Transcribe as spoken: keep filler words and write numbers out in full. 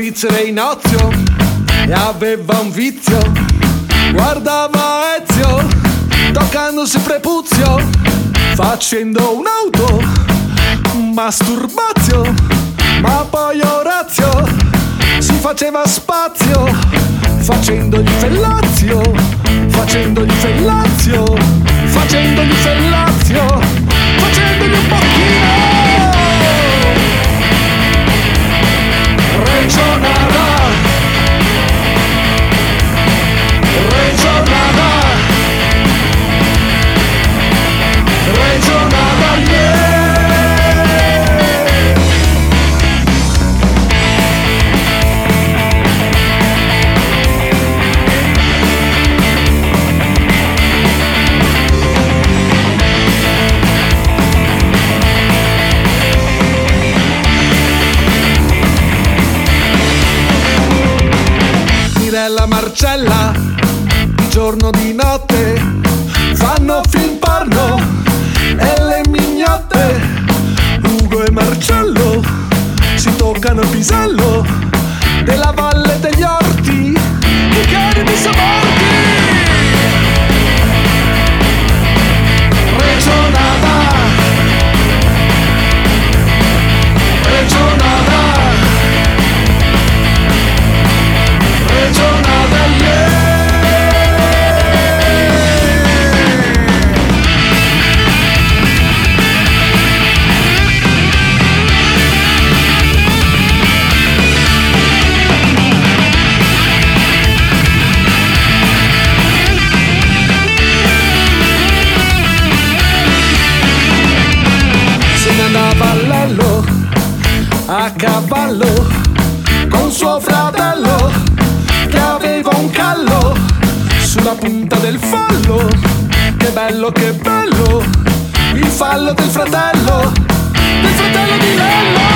Fabrizio era in ozio e aveva un vizio, guardava Ezio toccandosi prepuzio, facendo un'auto masturbazio, ma poi Orazio si faceva spazio, facendogli fellazio, facendogli fellazio, facendogli fellazio, facendogli un pochino. Regionada, regionada, regionada, yeah. Mirella, Marcella, di giorno di notte fanno film porno e le mignotte. Ugo e Marcello si toccano il pisello della Valle degli Orti, i cari mi somorti. Regionada, regionada, regionada, yeah. Se ne andava a Lello a cavallo con suo fratello che aveva un callo sulla punta del fallo. Che bello, che bello, il fallo del fratello, del fratello di Lello.